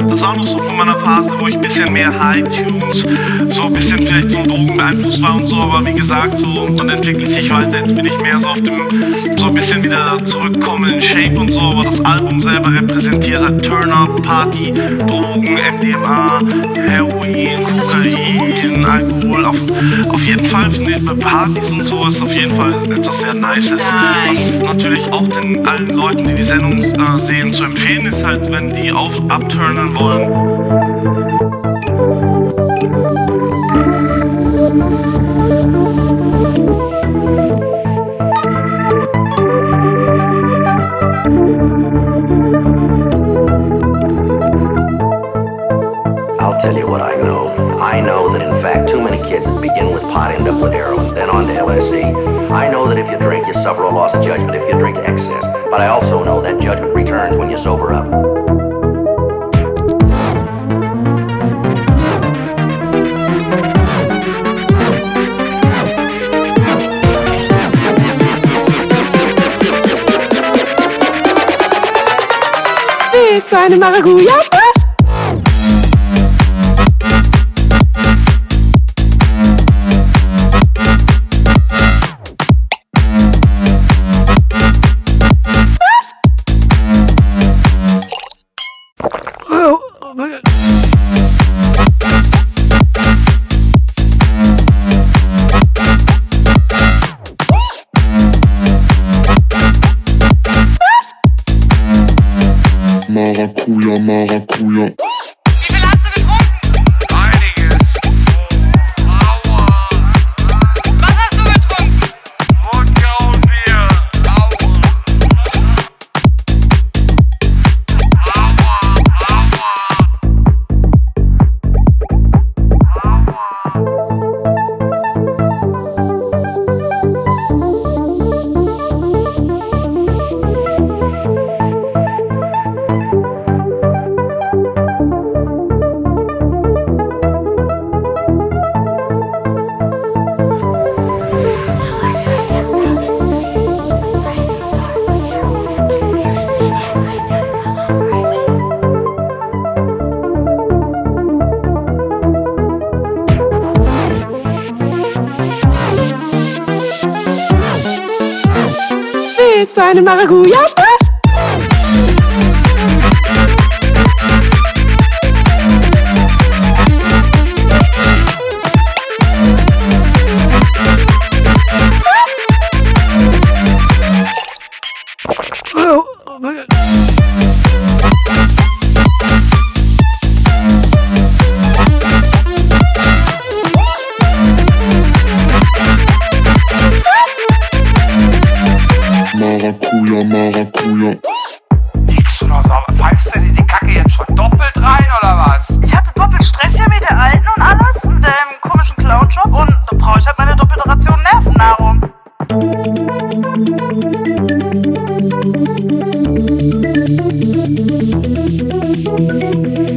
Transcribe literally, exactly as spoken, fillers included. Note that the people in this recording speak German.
Das war noch so von meiner Phase, wo ich ein bisschen mehr High-Tunes, so ein bisschen vielleicht so Drogen beeinflusst war und so, aber wie gesagt, so, man entwickelt sich weiter, jetzt bin ich mehr so auf dem, so ein bisschen wieder zurückkommen in Shape und so, aber das Album selber repräsentiert halt Turn-Up, Party, Drogen, M D M A, Heroin, Kokain, Alkohol, auf, auf jeden Fall finde ich bei Partys und so ist auf jeden Fall etwas sehr Nices, was natürlich auch den allen Leuten, die die Sendung äh, sehen, zu empfehlen ist halt, wenn die auf upturnen wollen. I'll tell you what I know. I know that in fact too many kids that begin with pot end up with heroin, then on to L S D. I know that if you drink, you suffer a loss of judgment if you drink to excess. But I also know that judgment returns when you sober up. Willst du eine Maracuja-Spaß? Maracuja, Maracuja. Wie viel hast du getrunken? Einiges. Aua. Was hast du getrunken? Wodka und Bier. Aua. Aua, aua. Willst du eine Maracuja-Spaß? Maracuja, Maracuja. Nix oder so, aber pfeifst du dir die Kacke jetzt schon doppelt rein oder was? Ich hatte doppelt Stress hier mit der Alten und alles, mit dem komischen Clown-Job und da brauche ich halt meine doppelte Ration Nervennahrung. Musik